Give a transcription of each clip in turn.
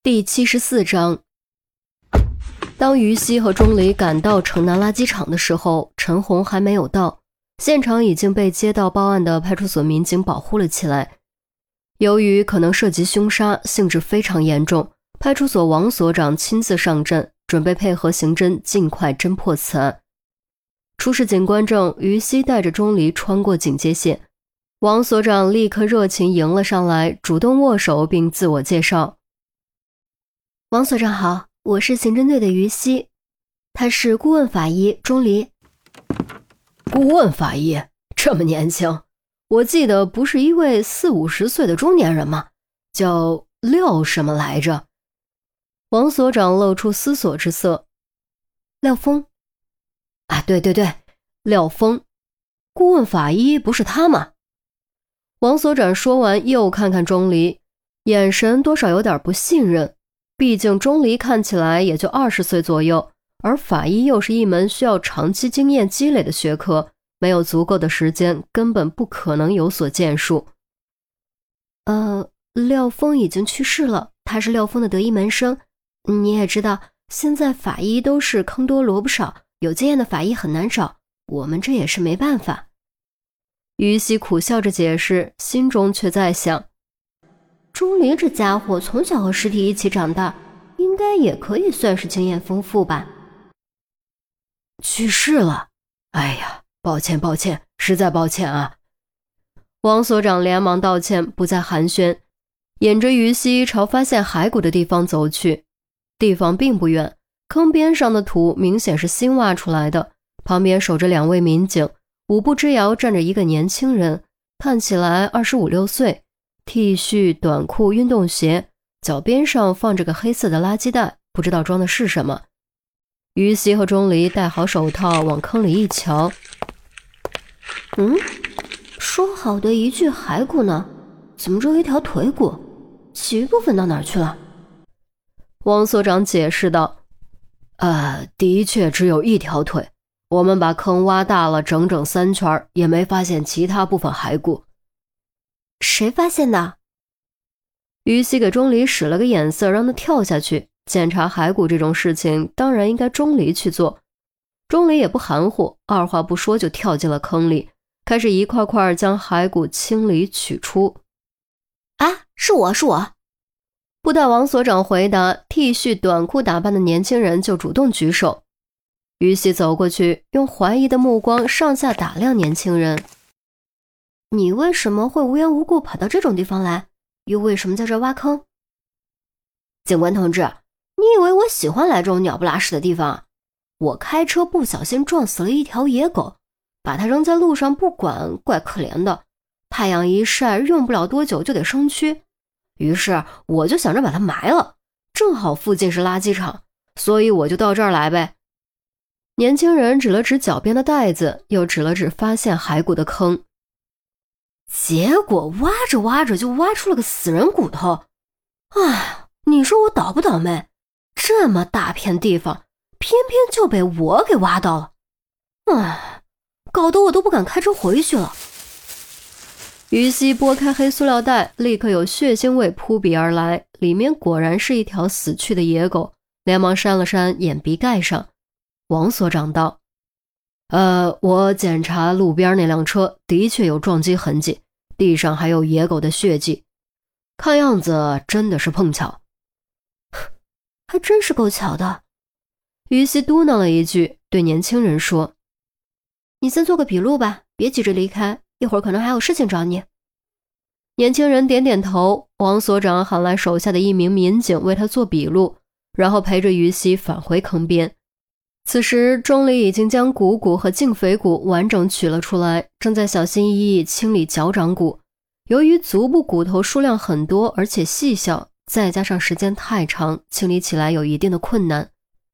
第74章。当于西和钟离赶到城南垃圾场的时候，陈红还没有到，现场已经被接到报案的派出所民警保护了起来。由于可能涉及凶杀，性质非常严重，派出所王所长亲自上阵，准备配合刑侦尽快侦破此案。出示警官证，于西带着钟离穿过警戒线，王所长立刻热情迎了上来，主动握手并自我介绍。王所长好，我是刑侦队的于西，他是顾问法医钟离。 顾问法医这么年轻，我记得不是一位40-50岁的中年人吗？叫廖什么来着？ 王所长露出思索之色。廖峰。 啊，对，廖峰，顾问法医不是他吗？ 王所长说完又看看钟离，眼神多少有点不信任。毕竟钟离看起来也就20岁左右，而法医又是一门需要长期经验积累的学科，没有足够的时间，根本不可能有所建树。廖峰已经去世了，他是廖峰的得意门生。你也知道，现在法医都是坑多萝卜少，有经验的法医很难找，我们这也是没办法。于西苦笑着解释，心中却在想，钟离这家伙从小和尸体一起长大，应该也可以算是经验丰富吧。 去世了，哎呀，抱歉，实在抱歉啊。 王所长连忙道歉，不再寒暄，引着于西朝发现骸骨的地方走去。地方并不远，坑边上的土明显是新挖出来的，旁边守着2位民警，5步之遥站着一个年轻人，看起来25-26岁，T 恤、短裤、运动鞋，脚边上放着个黑色的垃圾袋，不知道装的是什么。于西和钟离戴好手套往坑里一瞧，说好的一具骸骨呢？怎么只有一条腿骨？其余部分到哪儿去了？王所长解释道， 的确只有一条腿，我们把坑挖大了整整3圈，也没发现其他部分骸骨。 谁发现的？于西给钟离使了个眼色，让他跳下去。检查骸骨这种事情当然应该钟离去做。钟离也不含糊，二话不说就跳进了坑里，开始一块块将骸骨清理取出。是我。不待王所长回答，T 恤短裤打扮的年轻人就主动举手。于西走过去，用怀疑的目光上下打量年轻人。你为什么会无缘无故跑到这种地方来？又为什么在这挖坑？ 警官同志，你以为我喜欢来这种鸟不拉屎的地方？我开车不小心撞死了一条野狗，把它扔在路上不管，怪可怜的。太阳一晒，用不了多久就得生蛆。于是我就想着把它埋了，正好附近是垃圾场，所以我就到这儿来呗。 年轻人指了指脚边的袋子，又指了指发现骸骨的坑。 结果挖着就挖出了个死人骨头。哎，你说我倒不倒霉？这么大片地方，偏偏就被我给挖到了。哎，搞得我都不敢开车回去了。 于西拨开黑塑料袋，立刻有血腥味扑鼻而来，里面果然是一条死去的野狗，连忙扇了扇眼鼻盖上。王所长道，我检查路边那辆车的确有撞击痕迹，地上还有野狗的血迹，看样子真的是碰巧。 还真是够巧的。 于西嘟囔了一句，对年轻人说，你先做个笔录吧，别急着离开，一会儿可能还有事情找你。年轻人点点头，王所长喊来手下的一名民警为他做笔录，然后陪着于西返回坑边。此时钟离已经将股骨和胫腓骨完整取了出来，正在小心翼翼清理脚掌骨。由于足部骨头数量很多而且细小，再加上时间太长，清理起来有一定的困难。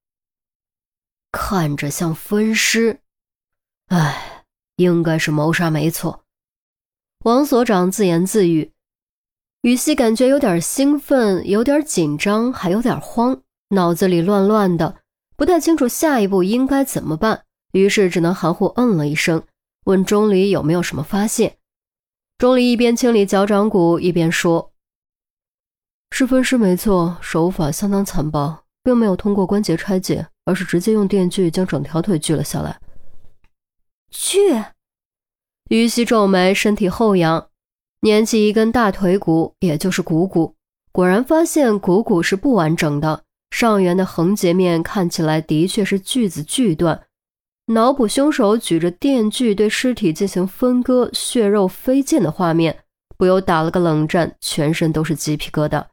看着像分尸，应该是谋杀没错。 王所长自言自语。于西感觉有点兴奋，有点紧张，还有点慌，脑子里乱乱的，不太清楚下一步应该怎么办，于是只能含糊了一声，问钟离有没有什么发现。钟离一边清理脚掌骨一边说， 是分尸没错，手法相当残暴，并没有通过关节拆解，而是直接用电锯将整条腿锯了下来。 锯？ 于西皱眉，身体后仰，捻起一根大腿骨，也就是股骨，果然发现股骨是不完整的，上缘的横截面看起来的确是锯子锯断。脑补凶手举着电锯对尸体进行分割，血肉飞溅的画面，不由打了个冷战，全身都是鸡皮疙瘩。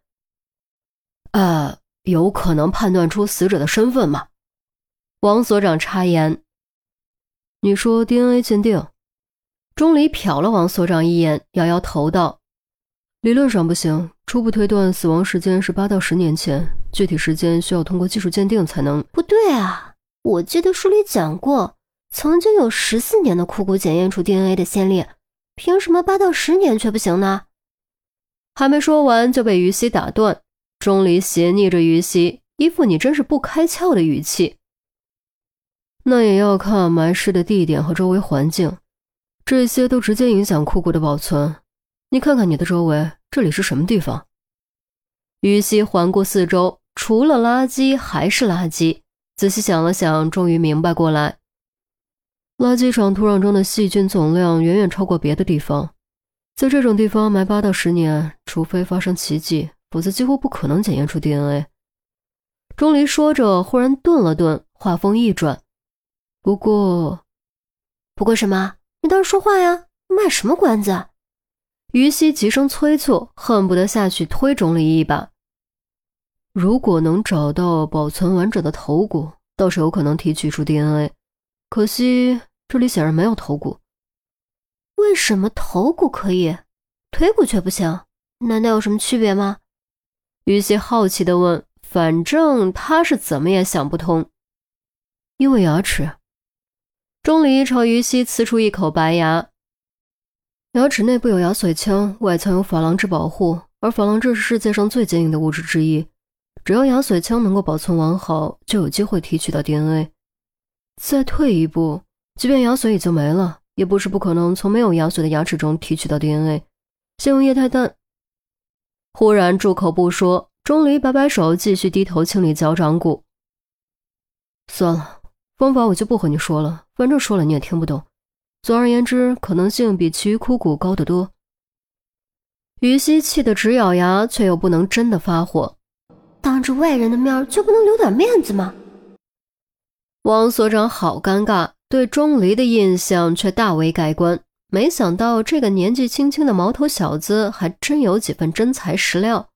有可能判断出死者的身份吗？王所长插言。你说 DNA 鉴定？钟离瞟了王所长一眼，摇摇头道：理论上不行，初步推断死亡时间是8到10年前，具体时间需要通过技术鉴定才能。 不对啊，我记得书里讲过，曾经有14年的枯骨检验出 DNA 的先例，凭什么8到10年却不行呢？ 还没说完就被于西打断。钟离斜睨着于西，一副你真是不开窍的语气。那也要看埋尸的地点和周围环境，这些都直接影响枯骨的保存。你看看你的周围，这里是什么地方？于西环顾四周，除了垃圾还是垃圾，仔细想了想，终于明白过来。垃圾场土壤中的细菌总量远远超过别的地方，在这种地方埋8到10年，除非发生奇迹，否则几乎不可能检验出 DNA。 钟离说着，忽然顿了顿，话锋一转，不过什么？你倒是说话呀，卖什么关子？ 于西急声催促，恨不得下去推钟离一把。如果能找到保存完整的头骨，倒是有可能提取出 DNA， 可惜这里显然没有头骨。 为什么头骨可以，腿骨却不行？难道有什么区别吗？ 于西好奇地问，反正他是怎么也想不通。因为牙齿。钟离朝于西呲出一口白牙。牙齿内部有牙髓腔，外层有珐琅质保护，而珐琅质是世界上最坚硬的物质之一，只要牙髓腔能够保存完好，就有机会提取到 DNA。 再退一步，即便牙髓已经没了，也不是不可能从没有牙髓的牙齿中提取到 DNA。 先用液态氮。忽然住口不说，钟离摆摆手，继续低头清理脚掌骨。算了，方法我就不和你说了，反正说了你也听不懂。总而言之，可能性比其余枯骨高得多。于西气得直咬牙，却又不能真的发火。 当着外人的面就不能留点面子吗？ 王所长好尴尬，对钟离的印象却大为改观。没想到这个年纪轻轻的毛头小子还真有几分真材实料。